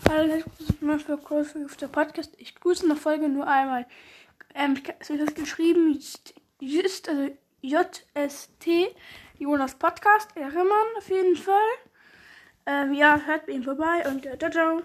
Hallo, herzlich willkommen auf der Podcast. Ich grüße in der Folge nur einmal. Es wird das geschrieben, also JST, Jonas Podcast, Ehrenmann auf jeden Fall. Hört bei ihm vorbei und ciao, ciao.